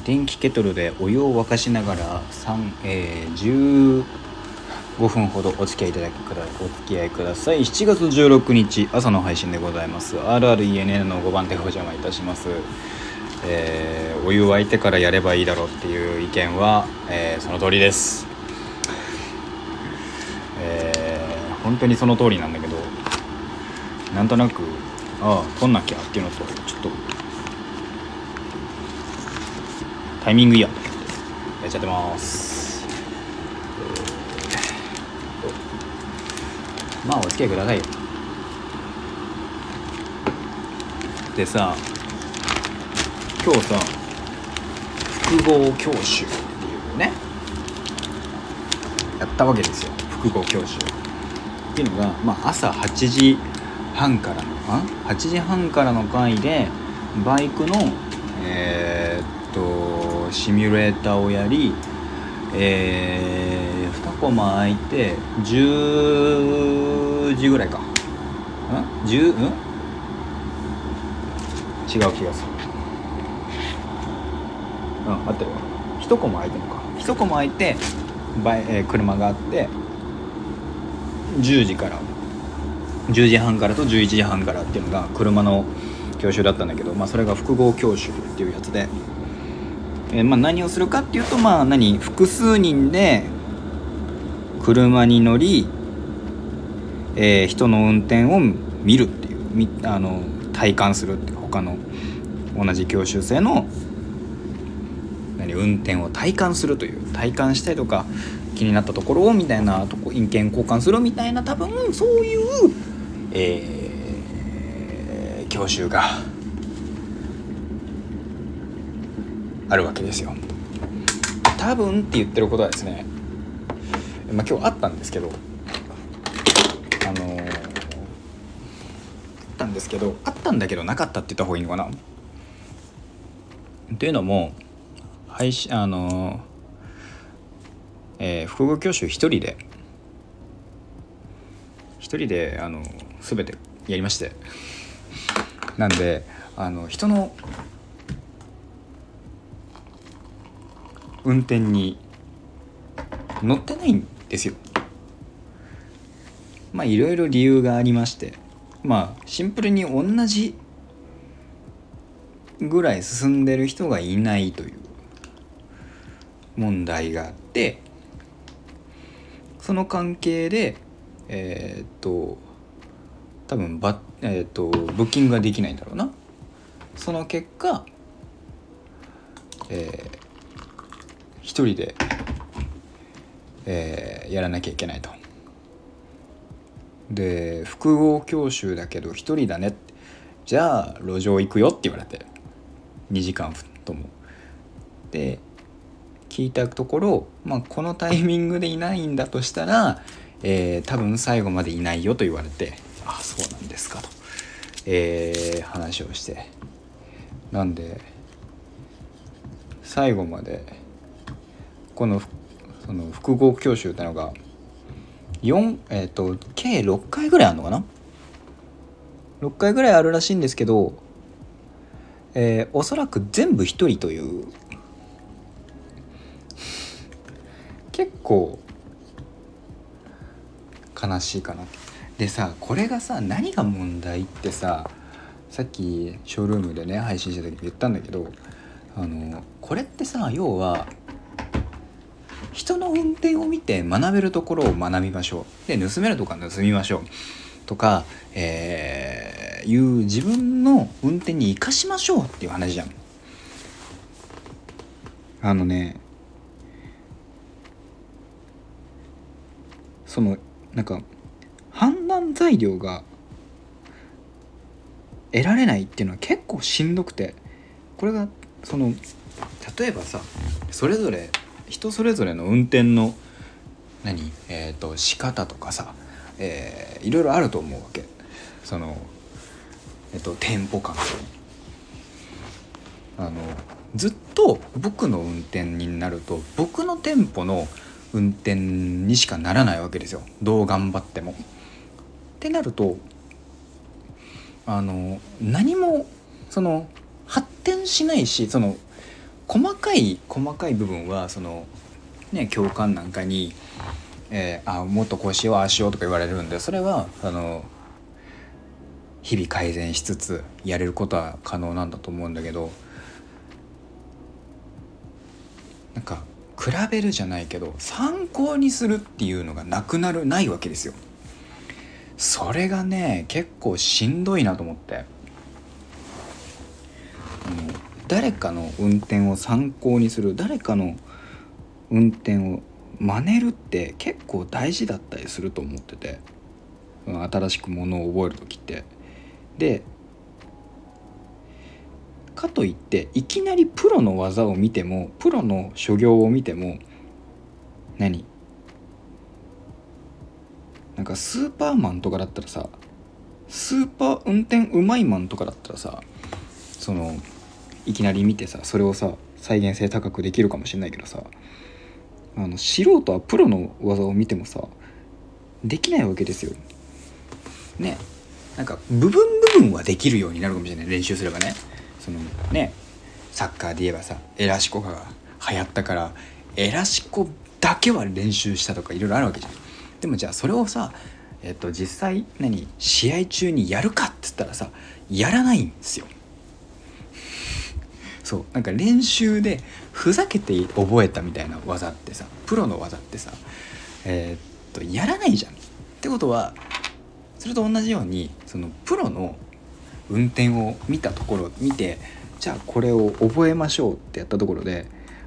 電気ケトルでお湯を沸かしながら15分ほどお付き合いください。7月16日朝の配信でございます。 RRENN の5番手お邪魔いたします。お湯沸いてからやればいいだろうっていう意見は、その通りです。本当にその通りなんだけど、なんとなく撮んなきゃっていうのと、ちょっとタイミングいいやと思ってやっちゃってます。まあお付き合いくださいよ。でさ、今日さ、複合教習っていうねやったわけですよ。複合教習っていうのが、朝8時半からの回でバイクのシミュレーターをやり、2コマ空いて10時ぐらいか違う気がする。合ってるわ。1コマ空いてるのか。1コマ空いて車があって10時半からと11時半からっていうのが車の教習だったんだけど、それが複合教習っていうやつで、何をするかっていうと、複数人で車に乗り、人の運転を見るっていう、体感するっていう、他の同じ教習生の運転を体感するという、体感したりとか気になったところをみたいなとこ意見交換するみたいな、多分そういう、教習があるわけですよ。多分って言ってることはですね、今日あったんですけど、あったんだけどなかったって言った方がいいのかな。というのも複合教習一人で全てやりまして、なんで人の運転に乗ってないんですよ。いろいろ理由がありまして、シンプルに同じぐらい進んでる人がいないという問題があって、その関係で多分ブッキングができないんだろうな。その結果、一人で、やらなきゃいけないと。で、複合教習だけど一人だね、じゃあ路上行くよって言われて、2時間ともで聞いたところ、このタイミングでいないんだとしたら、多分最後までいないよと言われて、そうなんですかと、話をして、なんで最後までその複合教習ってのが計6回ぐらいあるのかな。6回ぐらいあるらしいんですけど、おそらく全部一人という、結構悲しいかな。でさ、これがさ、何が問題ってさっきショールームでね配信した時言ったんだけど、これってさ、要は人の運転を見て学べるところを学びましょう、で盗めるところは盗みましょうとか、いう自分の運転に生かしましょうっていう話じゃん。判断材料が得られないっていうのは結構しんどくて、これが例えばさ、人それぞれの運転の仕方とかさ、いろいろあると思うわけ。テンポ感とずっと僕の運転になると、僕のテンポの運転にしかならないわけですよ、どう頑張っても。ってなると何も発展しないし、 細かい部分はそのね教官なんかに、もっとこうしようああしようとか言われるんで、それは日々改善しつつやれることは可能なんだと思うんだけど、なんか比べるじゃないけど参考にするっていうのがないわけですよ。それがね結構しんどいなと思って、誰かの運転を参考にする、誰かの運転を真似るって結構大事だったりすると思ってて、新しくものを覚える時って。でかといっていきなりプロの技を見ても、プロの所業を見てもなんかスーパーマンとかだったらさ、スーパー運転うまいマンとかだったらさ、そのいきなり見てさそれをさ再現性高くできるかもしれないけどさ、素人はプロの技を見てもさできないわけですよね。なんか部分はできるようになるかもしれない、練習すればね。そのねサッカーで言えばさエラシコが流行ったからエラシコだけは練習したとかいろいろあるわけじゃん。でもじゃあそれをさ、実際試合中にやるかっつったらさやらないんですよ。そうなんか練習でふざけて覚えたみたいな技ってさ、プロの技ってさやらないじゃん。ってことはそれと同じようにそのプロの運転を見てじゃあこれを覚えましょうってやったところで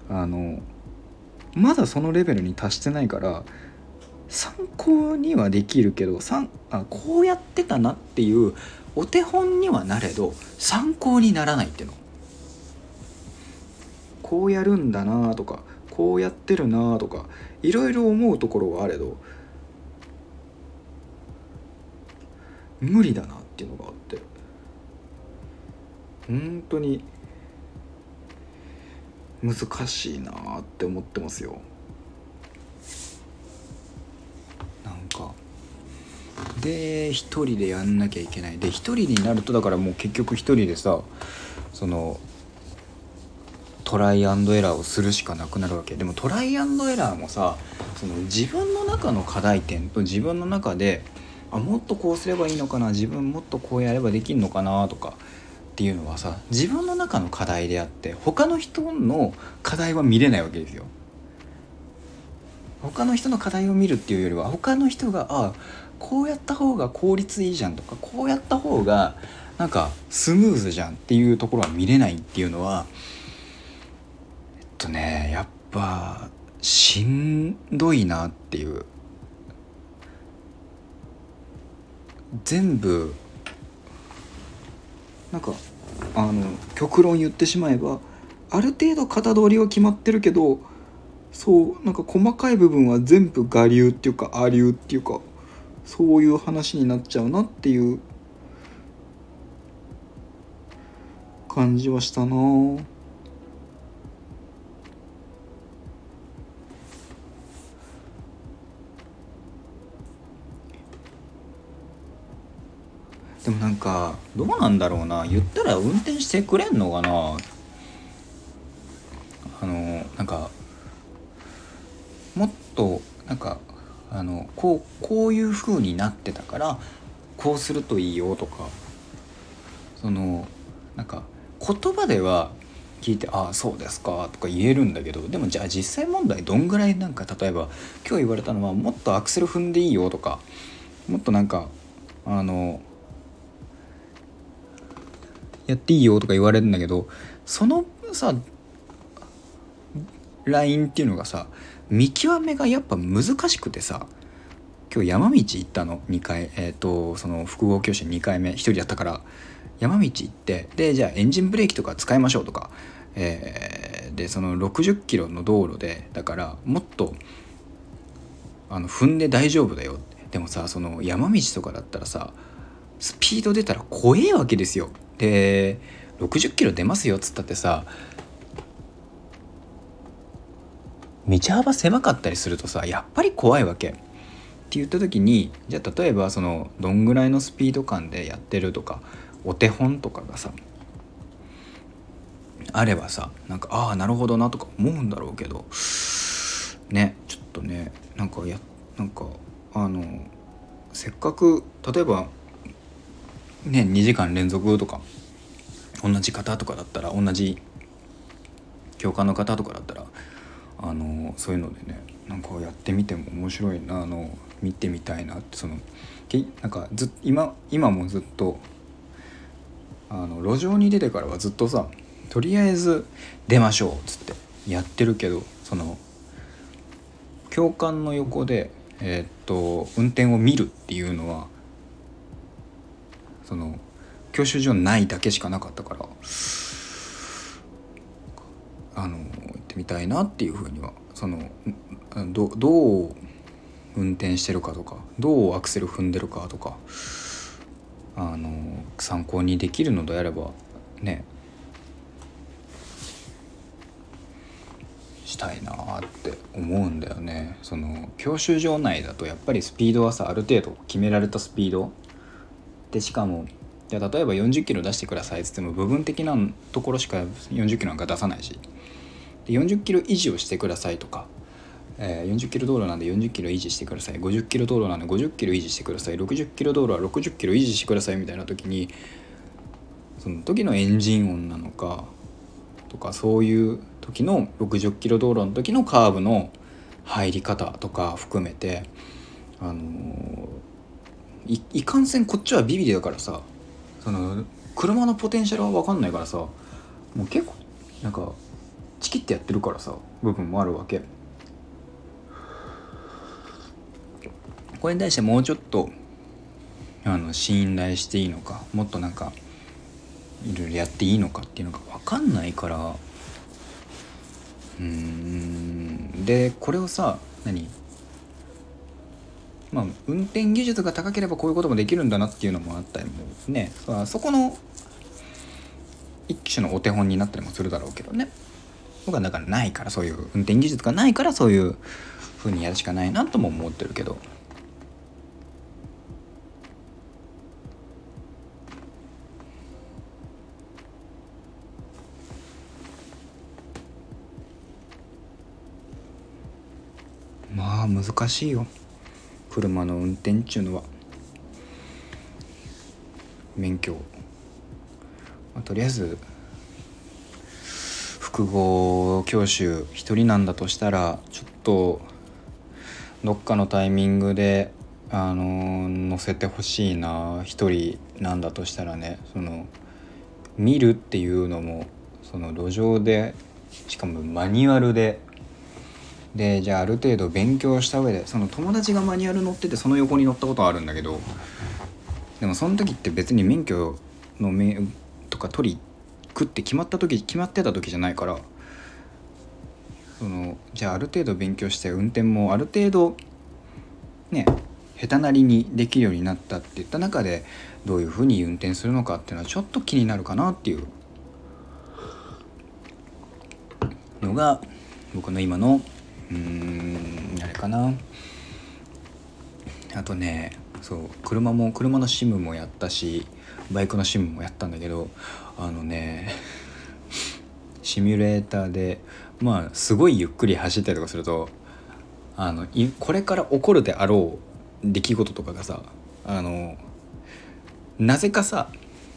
まだそのレベルに達してないから参考にはできるけどこうやってたなっていうお手本にはなれど参考にならないっていうの。こうやるんだなとかこうやってるなとかいろいろ思うところはあれど無理だなっていうのがあって、本当に難しいなって思ってますよ。なんかで一人でやんなきゃいけない。で一人になるとだからもう結局一人でさそのトライアンドエラーをするしかなくなるわけ。でもトライアンドエラーもさその自分の中の課題点と自分の中でもっとこうすればいいのかな、自分もっとこうやればできるのかなとかっていうのはさ自分の中の課題であって他の人の課題は見れないわけですよ。他の人の課題を見るっていうよりは他の人がこうやった方が効率いいじゃんとかこうやった方がなんかスムーズじゃんっていうところは見れないっていうのはやっぱしんどいなっていう。全部なんか極論言ってしまえばある程度型通りは決まってるけどそうなんか細かい部分は全部我流っていうか亜流っていうかそういう話になっちゃうなっていう感じはしたな。でもなんかどうなんだろうな、言ったら運転してくれんのかな。なんかもっとなんかこういう風になってたからこうするといいよとかなんか言葉では聞いてそうですかとか言えるんだけど、でもじゃあ実際問題どんぐらいなんか例えば今日言われたのはもっとアクセル踏んでいいよとかもっとなんかやっていいよとか言われるんだけど、そのさラインっていうのがさ見極めがやっぱ難しくてさ、今日山道行ったの2回その複合教習2回目1人だったから山道行って、でじゃあエンジンブレーキとか使いましょうとか、でその60キロの道路でだからもっと踏んで大丈夫だよ。でもさその山道とかだったらさスピード出たら怖えわけですよ。で60キロ出ますよっつったってさ道幅狭かったりするとさやっぱり怖いわけって言った時に、じゃあ例えばそのどんぐらいのスピード感でやってるとかお手本とかがさあればさ、なんかああなるほどなとか思うんだろうけどね、ちょっとね、なんかせっかく例えばね2時間連続とか同じ方とかだったら、同じ教官の方とかだったらそういうのでね、なんかやってみても面白いな、見てみたいなって、なんか今もずっと路上に出てからはずっとさ、とりあえず出ましょうっつってやってるけど、教官の横で運転を見るっていうのは教習所ないだけしかなかったから、行ってみたいなっていうふうには、どう運転してるかとか、どうアクセル踏んでるかとか、参考にできるのであればね、したいなって思うんだよね。教習所内だとやっぱりスピードはさ、ある程度決められたスピードで、しかも例えば40キロ出してくださいっつっても部分的なところしか40キロなんか出さないし、で40キロ維持をしてくださいとか、40キロ道路なんで40キロ維持してください、50キロ道路なんで50キロ維持してください、60キロ道路は60キロ維持してくださいみたいな時に、その時のエンジン音なのかとか、そういう時の60キロ道路の時のカーブの入り方とか含めて、いかんせんこっちはビビリだからさ、車のポテンシャルは分かんないからさ、もう結構なんかチキってやってるからさ、部分もあるわけ。これに対してもうちょっと信頼していいのか、もっとなんかいろいろやっていいのかっていうのが分かんないから、でこれをさ、運転技術が高ければこういうこともできるんだなっていうのもあったりもね、そこの一種のお手本になったりもするだろうけどね。僕はだからないから、そういう運転技術がないからそういう風にやるしかないなとも思ってるけど、まあ難しいよ、車の運転っていうのは。免許、とりあえず複合教習一人なんだとしたら、ちょっとどっかのタイミングで乗せてほしいな。一人なんだとしたらね、見るっていうのも路上で、しかもマニュアルでじゃあある程度勉強した上で、友達がマニュアル乗っててその横に乗ったことはあるんだけど、でもその時って別に免許のとか取りくって決まってた時じゃないから、じゃあある程度勉強して運転もある程度ね下手なりにできるようになったって言った中で、どういう風に運転するのかっていうのはちょっと気になるかなっていうのが僕の今のあれかな。あとね、車のシムもやったし、バイクのシムもやったんだけど、シミュレーターですごいゆっくり走ったりとかすると、これから起こるであろう出来事とかがさ、なぜかさ、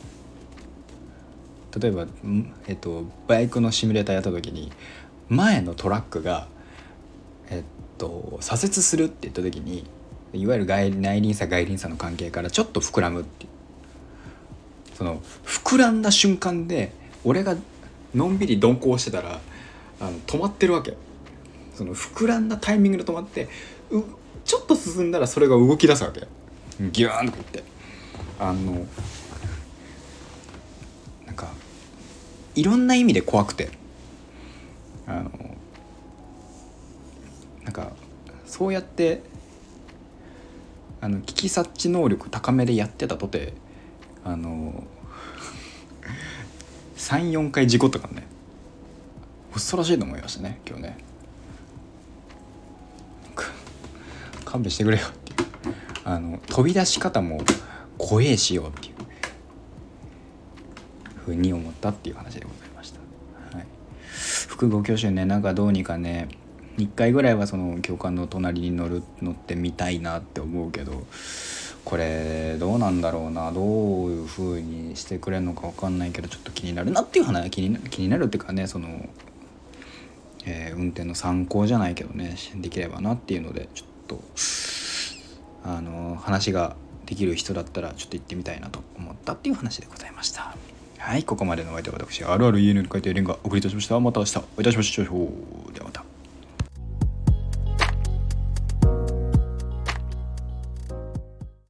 例えば、バイクのシミュレーターやった時に前のトラックが左折するって言った時に、いわゆる内輪差外輪差の関係からちょっと膨らむっていう、膨らんだ瞬間で俺がのんびり鈍行してたら止まってるわけ。膨らんだタイミングで止まって、ちょっと進んだらそれが動き出すわけ。ギューンといってなんかいろんな意味で怖くて、なんかそうやって危機察知能力高めでやってたとて3,4 回事故ったからね、恐ろしいと思いましたね今日ね。勘弁してくれよっていう、飛び出し方も怖えしようっていうふうに思ったっていう話でございました。 複合挙手ね、なんかどうにかね1回ぐらいはその教官の隣に乗ってみたいなって思うけど、これどうなんだろうな、どういう風にしてくれるのか分かんないけど、ちょっと気になるなっていう話、気になるっていうかね、その、運転の参考じゃないけどね、できればなっていうので、ちょっと話ができる人だったらちょっと行ってみたいなと思ったっていう話でございました。はい、ここまでのお相手は私、あるある EN に書いてレンがお送りいたしました。また明日お会いいたしましょう。